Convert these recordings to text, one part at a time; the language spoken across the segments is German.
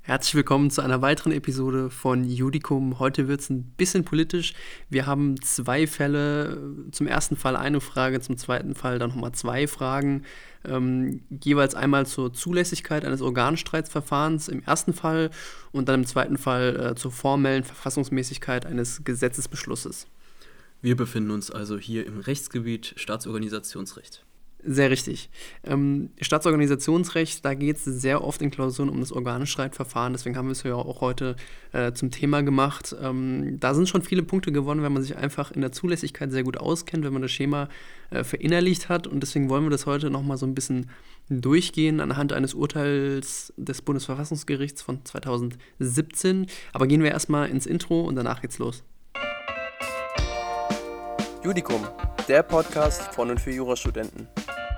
Herzlich willkommen zu einer weiteren Episode von Judicum. Heute wird es ein bisschen politisch. Wir haben 2 Fälle. Zum ersten Fall eine Frage, zum zweiten Fall dann nochmal 2 Fragen. Jeweils einmal zur Zulässigkeit eines Organstreitverfahrens im ersten Fall und dann im zweiten Fall zur formellen Verfassungsmäßigkeit eines Gesetzesbeschlusses. Wir befinden uns also hier im Rechtsgebiet Staatsorganisationsrecht. Sehr richtig. Staatsorganisationsrecht, da geht es sehr oft in Klausuren um das Organstreitverfahren, deswegen haben wir es ja auch heute zum Thema gemacht. Da sind schon viele Punkte gewonnen, wenn man sich einfach in der Zulässigkeit sehr gut auskennt, wenn man das Schema verinnerlicht hat, und deswegen wollen wir das heute nochmal so ein bisschen durchgehen anhand eines Urteils des Bundesverfassungsgerichts von 2017. Aber gehen wir erstmal ins Intro und danach geht's los. Judicum, der Podcast von und für Jurastudenten.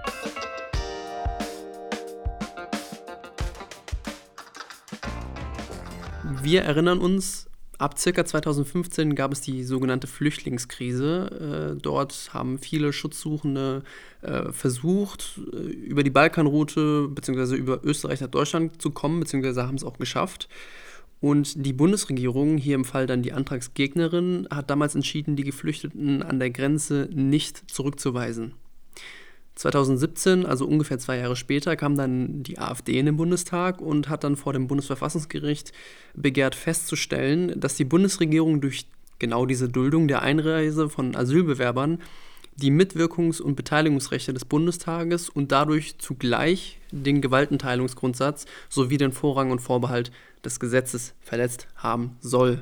Wir erinnern uns, ab ca. 2015 gab es die sogenannte Flüchtlingskrise. Dort haben viele Schutzsuchende versucht, über die Balkanroute bzw. über Österreich nach Deutschland zu kommen, bzw. haben es auch geschafft. Und die Bundesregierung, hier im Fall dann die Antragsgegnerin, hat damals entschieden, die Geflüchteten an der Grenze nicht zurückzuweisen. 2017, also ungefähr 2 Jahre später, kam dann die AfD in den Bundestag und hat dann vor dem Bundesverfassungsgericht begehrt festzustellen, dass die Bundesregierung durch genau diese Duldung der Einreise von Asylbewerbern die Mitwirkungs- und Beteiligungsrechte des Bundestages und dadurch zugleich den Gewaltenteilungsgrundsatz sowie den Vorrang und Vorbehalt des Gesetzes verletzt haben soll.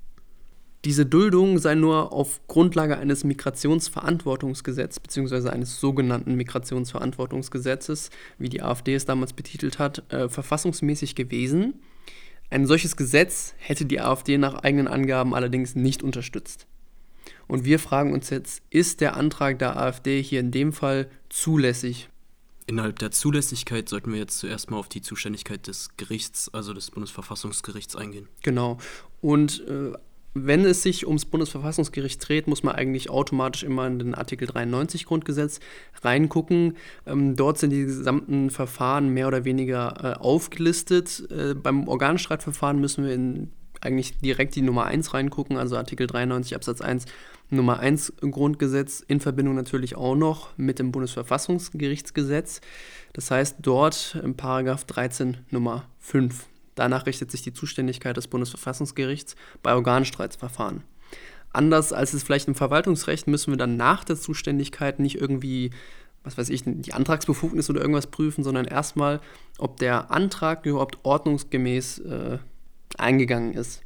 Diese Duldung sei nur auf Grundlage eines Migrationsverantwortungsgesetzes bzw. eines sogenannten Migrationsverantwortungsgesetzes, wie die AfD es damals betitelt hat, verfassungsmäßig gewesen. Ein solches Gesetz hätte die AfD nach eigenen Angaben allerdings nicht unterstützt. Und wir fragen uns jetzt, ist der Antrag der AfD hier in dem Fall zulässig? Innerhalb der Zulässigkeit sollten wir jetzt zuerst mal auf die Zuständigkeit des Gerichts, also des Bundesverfassungsgerichts, eingehen. Genau. Und wenn es sich ums Bundesverfassungsgericht dreht, muss man eigentlich automatisch immer in den Artikel 93 Grundgesetz reingucken. Dort sind die gesamten Verfahren mehr oder weniger aufgelistet. Beim Organstreitverfahren müssen wir eigentlich direkt die Nummer 1 reingucken, also Artikel 93 Absatz 1 Nummer 1 Grundgesetz, in Verbindung natürlich auch noch mit dem Bundesverfassungsgerichtsgesetz. Das heißt dort im Paragraph 13 Nummer 5. Danach richtet sich die Zuständigkeit des Bundesverfassungsgerichts bei Organstreitverfahren. Anders als es vielleicht im Verwaltungsrecht müssen wir dann nach der Zuständigkeit nicht irgendwie, die Antragsbefugnis oder irgendwas prüfen, sondern erstmal, ob der Antrag überhaupt ordnungsgemäß eingegangen ist.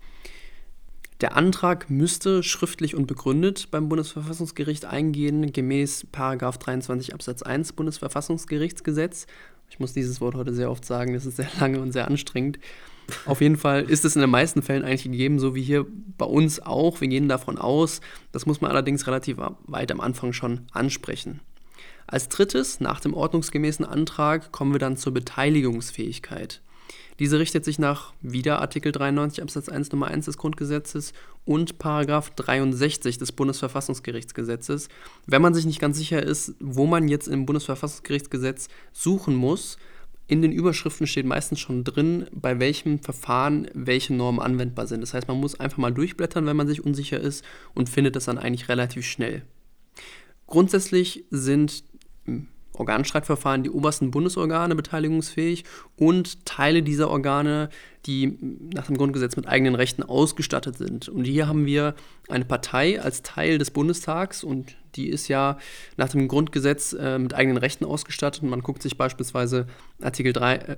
Der Antrag müsste schriftlich und begründet beim Bundesverfassungsgericht eingehen, gemäß § 23 Absatz 1 Bundesverfassungsgerichtsgesetz. Ich muss dieses Wort heute sehr oft sagen, das ist sehr lange und sehr anstrengend. Auf jeden Fall ist es in den meisten Fällen eigentlich gegeben, so wie hier bei uns auch. Wir gehen davon aus, das muss man allerdings relativ weit am Anfang schon ansprechen. Als drittes, nach dem ordnungsgemäßen Antrag, kommen wir dann zur Beteiligungsfähigkeit. Diese richtet sich nach wieder Artikel 93 Absatz 1 Nummer 1 des Grundgesetzes und Paragraph 63 des Bundesverfassungsgerichtsgesetzes. Wenn man sich nicht ganz sicher ist, wo man jetzt im Bundesverfassungsgerichtsgesetz suchen muss, in den Überschriften steht meistens schon drin, bei welchem Verfahren welche Normen anwendbar sind. Das heißt, man muss einfach mal durchblättern, wenn man sich unsicher ist, und findet das dann eigentlich relativ schnell. Grundsätzlich sind Organstreitverfahren die obersten Bundesorgane beteiligungsfähig und Teile dieser Organe, die nach dem Grundgesetz mit eigenen Rechten ausgestattet sind. Und hier haben wir eine Partei als Teil des Bundestags, und die ist ja nach dem Grundgesetz mit eigenen Rechten ausgestattet. Man guckt sich beispielsweise Artikel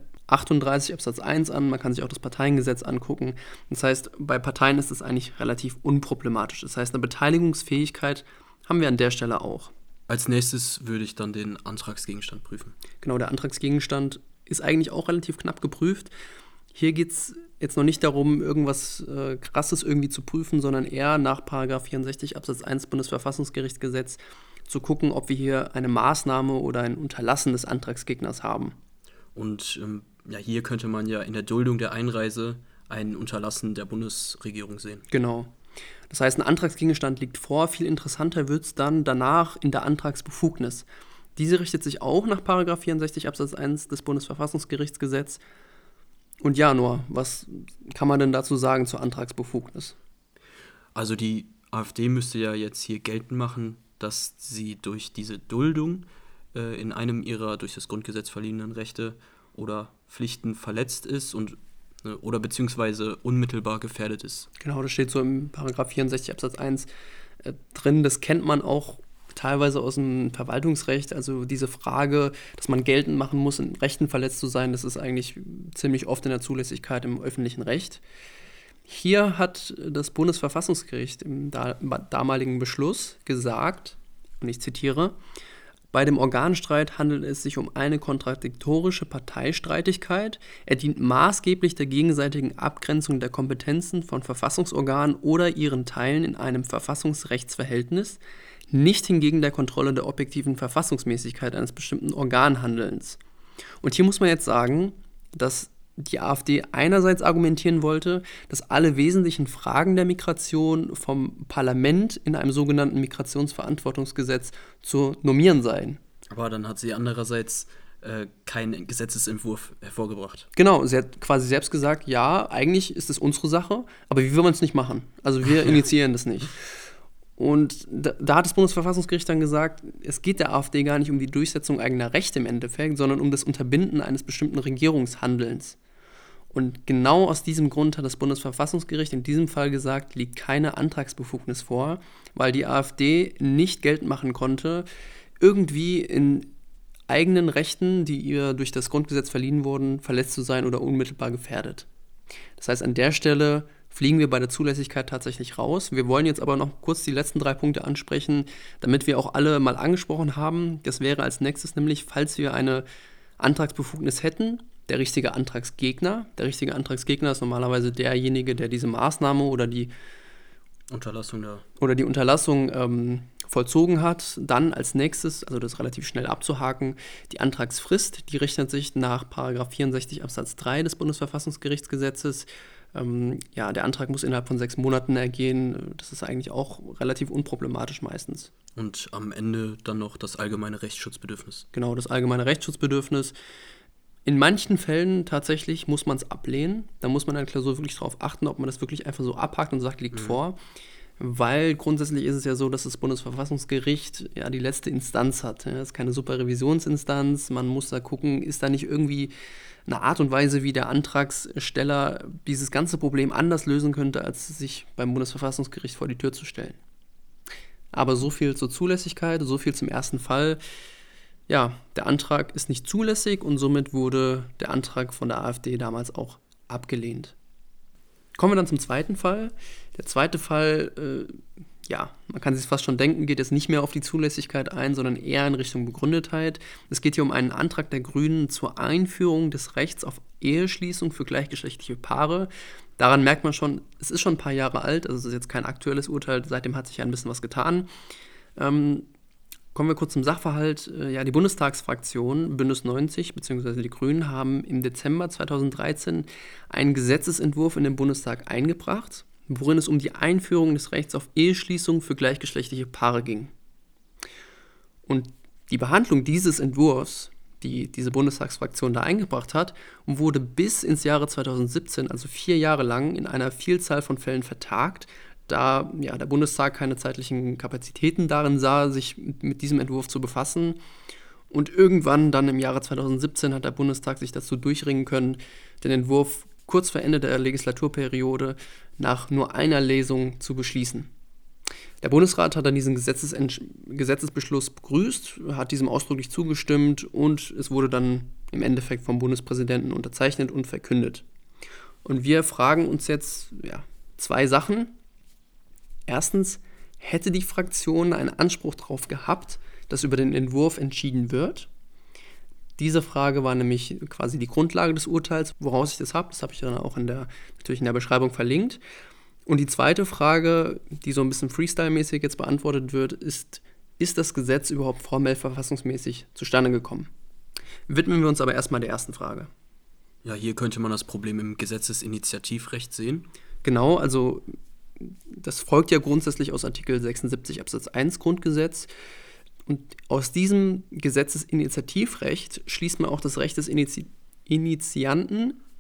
38 Absatz 1 an, man kann sich auch das Parteiengesetz angucken. Das heißt, bei Parteien ist das eigentlich relativ unproblematisch. Das heißt, eine Beteiligungsfähigkeit haben wir an der Stelle auch. Als nächstes würde ich dann den Antragsgegenstand prüfen. Genau, der Antragsgegenstand ist eigentlich auch relativ knapp geprüft. Hier geht es jetzt noch nicht darum, irgendwas Krasses irgendwie zu prüfen, sondern eher nach § 64 Absatz 1 Bundesverfassungsgerichtsgesetz zu gucken, ob wir hier eine Maßnahme oder ein Unterlassen des Antragsgegners haben. Und hier könnte man ja in der Duldung der Einreise ein Unterlassen der Bundesregierung sehen. Genau. Das heißt, ein Antragsgegenstand liegt vor. Viel interessanter wird es dann danach in der Antragsbefugnis. Diese richtet sich auch nach § 64 Absatz 1 des Bundesverfassungsgerichtsgesetzes. Und ja, Noah, was kann man denn dazu sagen zur Antragsbefugnis? Also die AfD müsste ja jetzt hier geltend machen, dass sie durch diese Duldung in einem ihrer durch das Grundgesetz verliehenen Rechte oder Pflichten verletzt ist und oder beziehungsweise unmittelbar gefährdet ist. Genau, das steht so im Paragraph 64 Absatz 1 drin. Das kennt man auch teilweise aus dem Verwaltungsrecht. Also diese Frage, dass man geltend machen muss, in Rechten verletzt zu sein, das ist eigentlich ziemlich oft in der Zulässigkeit im öffentlichen Recht. Hier hat das Bundesverfassungsgericht im damaligen Beschluss gesagt, und ich zitiere: Bei dem Organstreit handelt es sich um eine kontradiktorische Parteistreitigkeit. Er dient maßgeblich der gegenseitigen Abgrenzung der Kompetenzen von Verfassungsorganen oder ihren Teilen in einem Verfassungsrechtsverhältnis, nicht hingegen der Kontrolle der objektiven Verfassungsmäßigkeit eines bestimmten Organhandelns. Und hier muss man jetzt sagen, dass die AfD einerseits argumentieren wollte, dass alle wesentlichen Fragen der Migration vom Parlament in einem sogenannten Migrationsverantwortungsgesetz zu normieren seien. Aber dann hat sie andererseits keinen Gesetzesentwurf hervorgebracht. Genau, sie hat quasi selbst gesagt, ja, eigentlich ist es unsere Sache, aber wie will man es nicht machen? Also wir initiieren das nicht. Und da hat das Bundesverfassungsgericht dann gesagt, es geht der AfD gar nicht um die Durchsetzung eigener Rechte im Endeffekt, sondern um das Unterbinden eines bestimmten Regierungshandelns. Und genau aus diesem Grund hat das Bundesverfassungsgericht in diesem Fall gesagt, liegt keine Antragsbefugnis vor, weil die AfD nicht geltend machen konnte, irgendwie in eigenen Rechten, die ihr durch das Grundgesetz verliehen wurden, verletzt zu sein oder unmittelbar gefährdet. Das heißt, an der Stelle fliegen wir bei der Zulässigkeit tatsächlich raus. Wir wollen jetzt aber noch kurz die letzten 3 Punkte ansprechen, damit wir auch alle mal angesprochen haben. Das wäre als nächstes nämlich, falls wir eine Antragsbefugnis hätten, der richtige Antragsgegner. Der richtige Antragsgegner ist normalerweise derjenige, der diese Maßnahme oder die Unterlassung vollzogen hat. Dann als nächstes, also das relativ schnell abzuhaken, die Antragsfrist, die richtet sich nach § 64 Absatz 3 des Bundesverfassungsgerichtsgesetzes. Der Antrag muss innerhalb von 6 Monaten ergehen. Das ist eigentlich auch relativ unproblematisch meistens. Und am Ende dann noch das allgemeine Rechtsschutzbedürfnis. Genau, das allgemeine Rechtsschutzbedürfnis. In manchen Fällen tatsächlich muss man es ablehnen. Da muss man in der Klausur wirklich darauf achten, ob man das wirklich einfach so abhakt und sagt, liegt vor. Weil grundsätzlich ist es ja so, dass das Bundesverfassungsgericht ja die letzte Instanz hat. Das ist keine Superrevisionsinstanz. Man muss da gucken, ist da nicht irgendwie eine Art und Weise, wie der Antragsteller dieses ganze Problem anders lösen könnte, als sich beim Bundesverfassungsgericht vor die Tür zu stellen. Aber so viel zur Zulässigkeit, so viel zum ersten Fall. Ja, der Antrag ist nicht zulässig und somit wurde der Antrag von der AfD damals auch abgelehnt. Kommen wir dann zum zweiten Fall. Der zweite Fall, man kann sich fast schon denken, geht jetzt nicht mehr auf die Zulässigkeit ein, sondern eher in Richtung Begründetheit. Es geht hier um einen Antrag der Grünen zur Einführung des Rechts auf Eheschließung für gleichgeschlechtliche Paare. Daran merkt man schon, es ist schon ein paar Jahre alt, also es ist jetzt kein aktuelles Urteil, seitdem hat sich ja ein bisschen was getan. Kommen wir kurz zum Sachverhalt. Die Bundestagsfraktion Bündnis 90 bzw. die Grünen haben im Dezember 2013 einen Gesetzesentwurf in den Bundestag eingebracht, worin es um die Einführung des Rechts auf Eheschließung für gleichgeschlechtliche Paare ging. Und die Behandlung dieses Entwurfs, die diese Bundestagsfraktion da eingebracht hat, wurde bis ins Jahre 2017, also 4 Jahre lang, in einer Vielzahl von Fällen vertagt, da der Bundestag keine zeitlichen Kapazitäten darin sah, sich mit diesem Entwurf zu befassen. Und irgendwann dann im Jahre 2017 hat der Bundestag sich dazu durchringen können, den Entwurf kurz vor Ende der Legislaturperiode nach nur einer Lesung zu beschließen. Der Bundesrat hat dann diesen Gesetzesbeschluss begrüßt, hat diesem ausdrücklich zugestimmt und es wurde dann im Endeffekt vom Bundespräsidenten unterzeichnet und verkündet. Und wir fragen uns jetzt 2 Sachen. Erstens, hätte die Fraktion einen Anspruch darauf gehabt, dass über den Entwurf entschieden wird? Diese Frage war nämlich quasi die Grundlage des Urteils, woraus ich das habe ich dann auch natürlich in der Beschreibung verlinkt. Und die zweite Frage, die so ein bisschen Freestyle-mäßig jetzt beantwortet wird, ist das Gesetz überhaupt formell verfassungsmäßig zustande gekommen? Widmen wir uns aber erstmal der ersten Frage. Ja, hier könnte man das Problem im Gesetzesinitiativrecht sehen. Genau, also das folgt ja grundsätzlich aus Artikel 76 Absatz 1 Grundgesetz. Und aus diesem Gesetzesinitiativrecht schließt man auch das Recht des Initianten,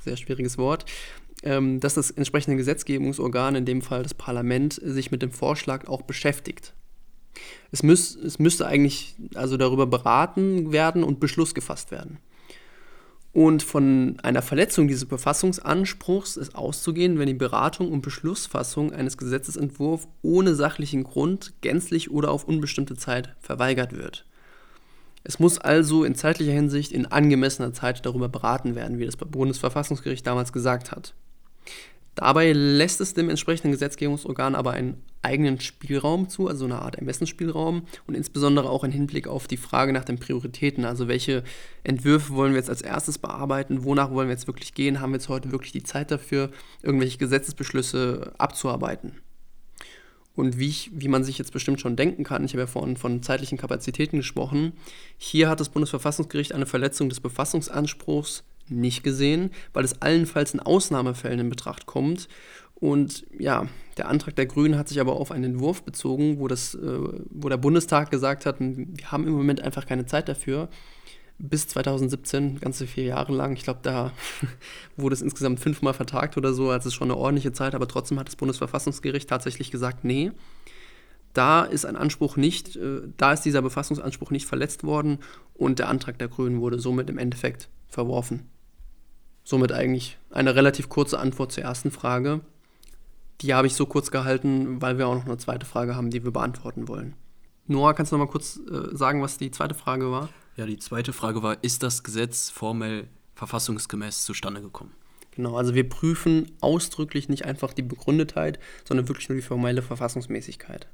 sehr schwieriges Wort, dass das entsprechende Gesetzgebungsorgan, in dem Fall das Parlament, sich mit dem Vorschlag auch beschäftigt. Es müsste eigentlich also darüber beraten werden und Beschluss gefasst werden. Und von einer Verletzung dieses Verfassungsanspruchs ist auszugehen, wenn die Beratung und Beschlussfassung eines Gesetzesentwurfs ohne sachlichen Grund gänzlich oder auf unbestimmte Zeit verweigert wird. Es muss also in zeitlicher Hinsicht in angemessener Zeit darüber beraten werden, wie das Bundesverfassungsgericht damals gesagt hat. Dabei lässt es dem entsprechenden Gesetzgebungsorgan aber einen eigenen Spielraum zu, also eine Art Ermessensspielraum und insbesondere auch im Hinblick auf die Frage nach den Prioritäten, also welche Entwürfe wollen wir jetzt als erstes bearbeiten, wonach wollen wir jetzt wirklich gehen, haben wir jetzt heute wirklich die Zeit dafür, irgendwelche Gesetzesbeschlüsse abzuarbeiten. Und wie man sich jetzt bestimmt schon denken kann, ich habe ja vorhin von zeitlichen Kapazitäten gesprochen, hier hat das Bundesverfassungsgericht eine Verletzung des Befassunganspruchs nicht gesehen, weil es allenfalls in Ausnahmefällen in Betracht kommt. Und ja, der Antrag der Grünen hat sich aber auf einen Entwurf bezogen, wo der Bundestag gesagt hat, wir haben im Moment einfach keine Zeit dafür. Bis 2017, ganze 4 Jahre lang, ich glaube, da wurde es insgesamt 5-mal vertagt oder so, also es ist schon eine ordentliche Zeit, aber trotzdem hat das Bundesverfassungsgericht tatsächlich gesagt, nee, da ist dieser Befassungsanspruch nicht verletzt worden und der Antrag der Grünen wurde somit im Endeffekt verworfen. Somit eigentlich eine relativ kurze Antwort zur ersten Frage. Die habe ich so kurz gehalten, weil wir auch noch eine zweite Frage haben, die wir beantworten wollen. Noah, kannst du noch mal kurz sagen, was die zweite Frage war? Ja, die zweite Frage war, ist das Gesetz formell verfassungsgemäß zustande gekommen? Genau, also wir prüfen ausdrücklich nicht einfach die Begründetheit, sondern wirklich nur die formelle Verfassungsmäßigkeit.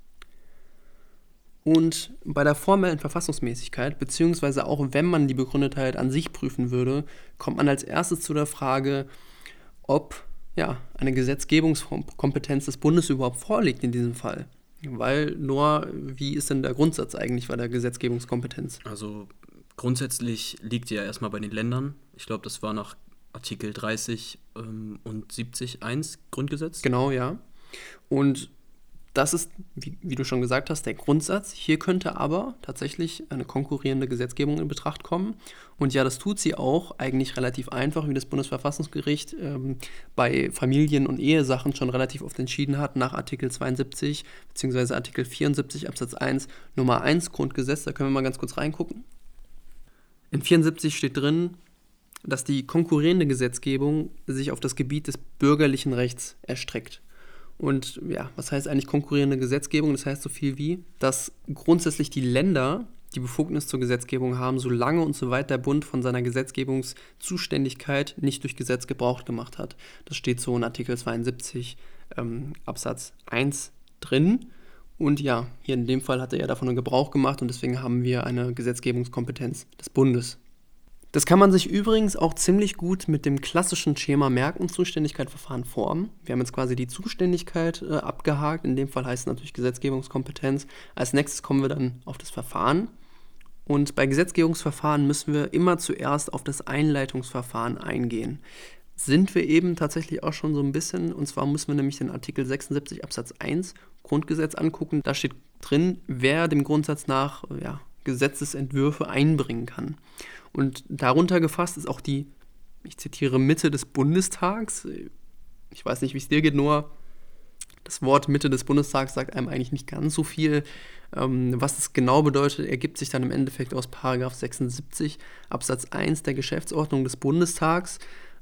Und bei der formellen Verfassungsmäßigkeit, beziehungsweise auch wenn man die Begründetheit an sich prüfen würde, kommt man als erstes zu der Frage, ob eine Gesetzgebungskompetenz des Bundes überhaupt vorliegt in diesem Fall. Weil nur, wie ist denn der Grundsatz eigentlich bei der Gesetzgebungskompetenz? Also grundsätzlich liegt die ja erstmal bei den Ländern. Ich glaube, das war nach Artikel 30 und 70.1 Grundgesetz. Genau, ja. Und das ist, wie du schon gesagt hast, der Grundsatz. Hier könnte aber tatsächlich eine konkurrierende Gesetzgebung in Betracht kommen. Und ja, das tut sie auch eigentlich relativ einfach, wie das Bundesverfassungsgericht bei Familien- und Ehesachen schon relativ oft entschieden hat, nach Artikel 72 bzw. Artikel 74 Absatz 1 Nummer 1 Grundgesetz. Da können wir mal ganz kurz reingucken. In 74 steht drin, dass die konkurrierende Gesetzgebung sich auf das Gebiet des bürgerlichen Rechts erstreckt. Und ja, was heißt eigentlich konkurrierende Gesetzgebung? Das heißt so viel wie, dass grundsätzlich die Länder die Befugnis zur Gesetzgebung haben, solange und soweit der Bund von seiner Gesetzgebungszuständigkeit nicht durch Gesetz Gebrauch gemacht hat. Das steht so in Artikel 72 Absatz 1 drin. Und ja, hier in dem Fall hat er ja davon einen Gebrauch gemacht und deswegen haben wir eine Gesetzgebungskompetenz des Bundes. Das kann man sich übrigens auch ziemlich gut mit dem klassischen Schema merken, Zuständigkeit, Verfahren, Form. Wir haben jetzt quasi die Zuständigkeit abgehakt, in dem Fall heißt es natürlich Gesetzgebungskompetenz. Als nächstes kommen wir dann auf das Verfahren. Und bei Gesetzgebungsverfahren müssen wir immer zuerst auf das Einleitungsverfahren eingehen. Sind wir eben tatsächlich auch schon so ein bisschen, und zwar müssen wir nämlich den Artikel 76 Absatz 1 Grundgesetz angucken. Da steht drin, wer dem Grundsatz nach Gesetzesentwürfe einbringen kann. Und darunter gefasst ist auch die, ich zitiere, Mitte des Bundestags. Ich weiß nicht, wie es dir geht, nur das Wort Mitte des Bundestags sagt einem eigentlich nicht ganz so viel. Was es genau bedeutet, ergibt sich dann im Endeffekt aus § 76 Absatz 1 der Geschäftsordnung des Bundestags,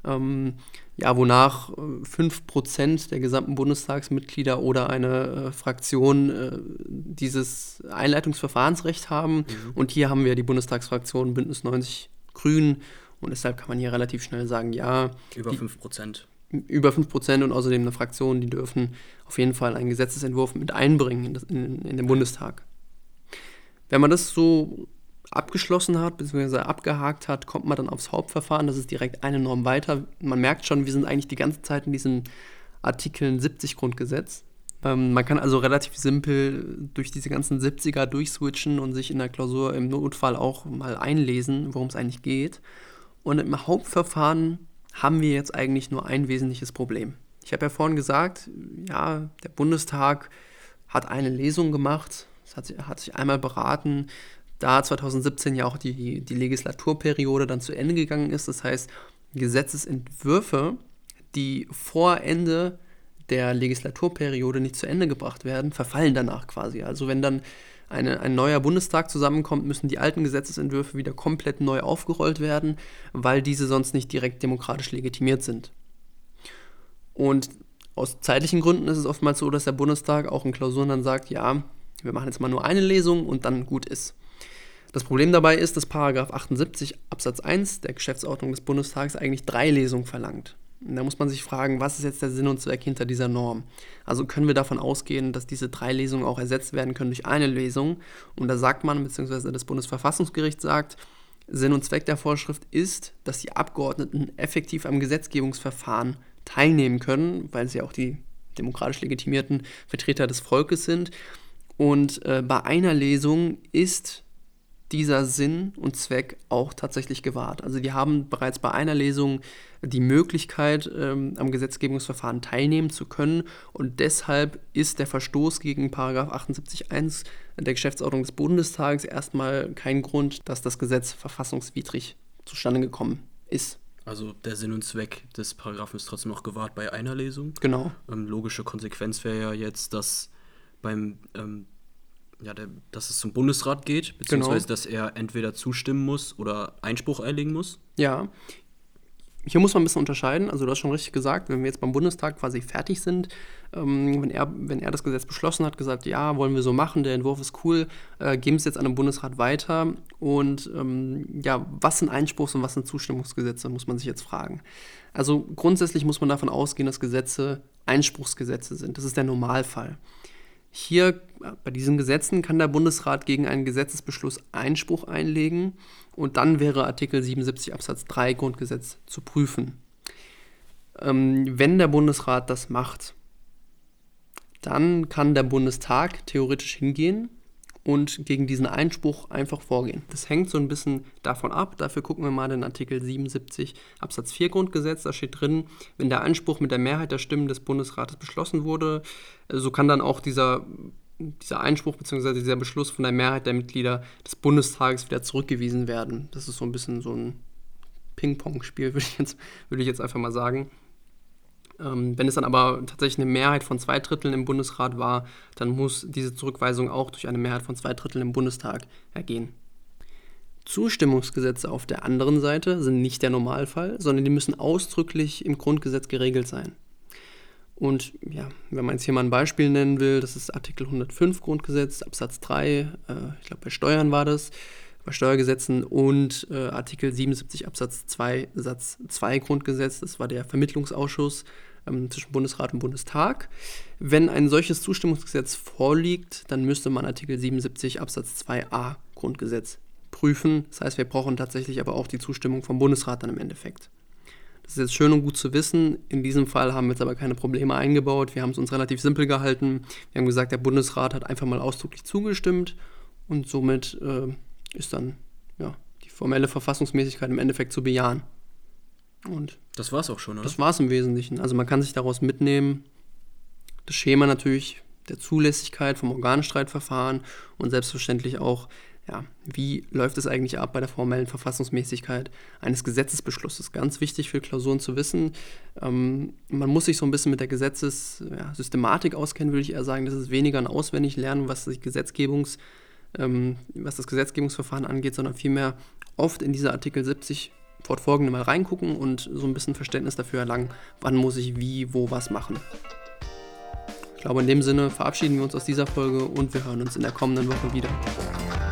wonach 5% der gesamten Bundestagsmitglieder oder eine Fraktion dieses Einleitungsverfahrensrecht haben. Mhm. Und hier haben wir die Bundestagsfraktion Bündnis 90 Grünen und deshalb kann man hier relativ schnell sagen, ja. Über 5%. Über 5% und außerdem eine Fraktion, die dürfen auf jeden Fall einen Gesetzesentwurf mit einbringen in den Bundestag. Wenn man das so abgeschlossen hat, beziehungsweise abgehakt hat, kommt man dann aufs Hauptverfahren. Das ist direkt eine Norm weiter. Man merkt schon, wir sind eigentlich die ganze Zeit in diesem Artikel 70 Grundgesetz. Man kann also relativ simpel durch diese ganzen 70er durchswitchen und sich in der Klausur im Notfall auch mal einlesen, worum es eigentlich geht. Und im Hauptverfahren haben wir jetzt eigentlich nur ein wesentliches Problem. Ich habe ja vorhin gesagt, ja, der Bundestag hat eine Lesung gemacht, es hat sich einmal beraten, da 2017 ja auch die Legislaturperiode dann zu Ende gegangen ist. Das heißt, Gesetzesentwürfe, die vor Ende der Legislaturperiode nicht zu Ende gebracht werden, verfallen danach quasi. Also wenn dann ein neuer Bundestag zusammenkommt, müssen die alten Gesetzesentwürfe wieder komplett neu aufgerollt werden, weil diese sonst nicht direkt demokratisch legitimiert sind. Und aus zeitlichen Gründen ist es oftmals so, dass der Bundestag auch in Klausuren dann sagt, ja, wir machen jetzt mal nur eine Lesung und dann gut ist. Das Problem dabei ist, dass § 78 Absatz 1 der Geschäftsordnung des Bundestags eigentlich 3 Lesungen verlangt. Und da muss man sich fragen, was ist jetzt der Sinn und Zweck hinter dieser Norm? Also können wir davon ausgehen, dass diese 3 Lesungen auch ersetzt werden können durch eine Lesung? Und da sagt man, beziehungsweise das Bundesverfassungsgericht sagt, Sinn und Zweck der Vorschrift ist, dass die Abgeordneten effektiv am Gesetzgebungsverfahren teilnehmen können, weil sie auch die demokratisch legitimierten Vertreter des Volkes sind. Und bei einer Lesung ist dieser Sinn und Zweck auch tatsächlich gewahrt. Also die haben bereits bei einer Lesung die Möglichkeit, am Gesetzgebungsverfahren teilnehmen zu können, und deshalb ist der Verstoß gegen § 78.1 der Geschäftsordnung des Bundestages erstmal kein Grund, dass das Gesetz verfassungswidrig zustande gekommen ist. Also der Sinn und Zweck des Paragraphen ist trotzdem noch gewahrt bei einer Lesung. Genau. Logische Konsequenz wäre ja jetzt, dass dass es zum Bundesrat geht, beziehungsweise dass er entweder zustimmen muss oder Einspruch einlegen muss. Ja, hier muss man ein bisschen unterscheiden. Also du hast schon richtig gesagt, wenn wir jetzt beim Bundestag quasi fertig sind, wenn er das Gesetz beschlossen hat, gesagt, ja, wollen wir so machen, der Entwurf ist cool, geben es jetzt an den Bundesrat weiter. Und was sind Einspruchs- und was sind Zustimmungsgesetze, muss man sich jetzt fragen. Also grundsätzlich muss man davon ausgehen, dass Gesetze Einspruchsgesetze sind. Das ist der Normalfall. Hier, bei diesen Gesetzen, kann der Bundesrat gegen einen Gesetzesbeschluss Einspruch einlegen, und dann wäre Artikel 77 Absatz 3 Grundgesetz zu prüfen. Wenn der Bundesrat das macht, dann kann der Bundestag theoretisch hingehen und gegen diesen Einspruch einfach vorgehen. Das hängt so ein bisschen davon ab. Dafür gucken wir mal den Artikel 77 Absatz 4 Grundgesetz. Da steht drin, wenn der Einspruch mit der Mehrheit der Stimmen des Bundesrates beschlossen wurde, so kann dann auch dieser Einspruch bzw. dieser Beschluss von der Mehrheit der Mitglieder des Bundestages wieder zurückgewiesen werden. Das ist so ein bisschen so ein Ping-Pong-Spiel, würde ich jetzt einfach mal sagen. Wenn es dann aber tatsächlich eine Mehrheit von 2/3 im Bundesrat war, dann muss diese Zurückweisung auch durch eine Mehrheit von 2/3 im Bundestag ergehen. Zustimmungsgesetze auf der anderen Seite sind nicht der Normalfall, sondern die müssen ausdrücklich im Grundgesetz geregelt sein. Und ja, wenn man jetzt hier mal ein Beispiel nennen will, das ist Artikel 105 Grundgesetz, Absatz 3, ich glaube bei Steuern war das, bei Steuergesetzen, und Artikel 77 Absatz 2 Satz 2 Grundgesetz, das war der Vermittlungsausschuss zwischen Bundesrat und Bundestag. Wenn ein solches Zustimmungsgesetz vorliegt, dann müsste man Artikel 77 Absatz 2a Grundgesetz prüfen. Das heißt, wir brauchen tatsächlich aber auch die Zustimmung vom Bundesrat dann im Endeffekt. Das ist jetzt schön und gut zu wissen. In diesem Fall haben wir jetzt aber keine Probleme eingebaut. Wir haben es uns relativ simpel gehalten. Wir haben gesagt, der Bundesrat hat einfach mal ausdrücklich zugestimmt, und somit ist dann die formelle Verfassungsmäßigkeit im Endeffekt zu bejahen. Und das war's auch schon, oder? Das war's im Wesentlichen. Also man kann sich daraus mitnehmen, das Schema natürlich der Zulässigkeit vom Organstreitverfahren und selbstverständlich auch, wie läuft es eigentlich ab bei der formellen Verfassungsmäßigkeit eines Gesetzesbeschlusses. Ganz wichtig für Klausuren zu wissen. Man muss sich so ein bisschen mit der Gesetzessystematik auskennen, würde ich eher sagen. Das ist weniger ein Auswendiglernen, was das Gesetzgebungsverfahren angeht, sondern vielmehr oft in diese Artikel 70 fortfolgende mal reingucken und so ein bisschen Verständnis dafür erlangen, wann muss ich wie, wo, was machen. Ich glaube, in dem Sinne verabschieden wir uns aus dieser Folge und wir hören uns in der kommenden Woche wieder.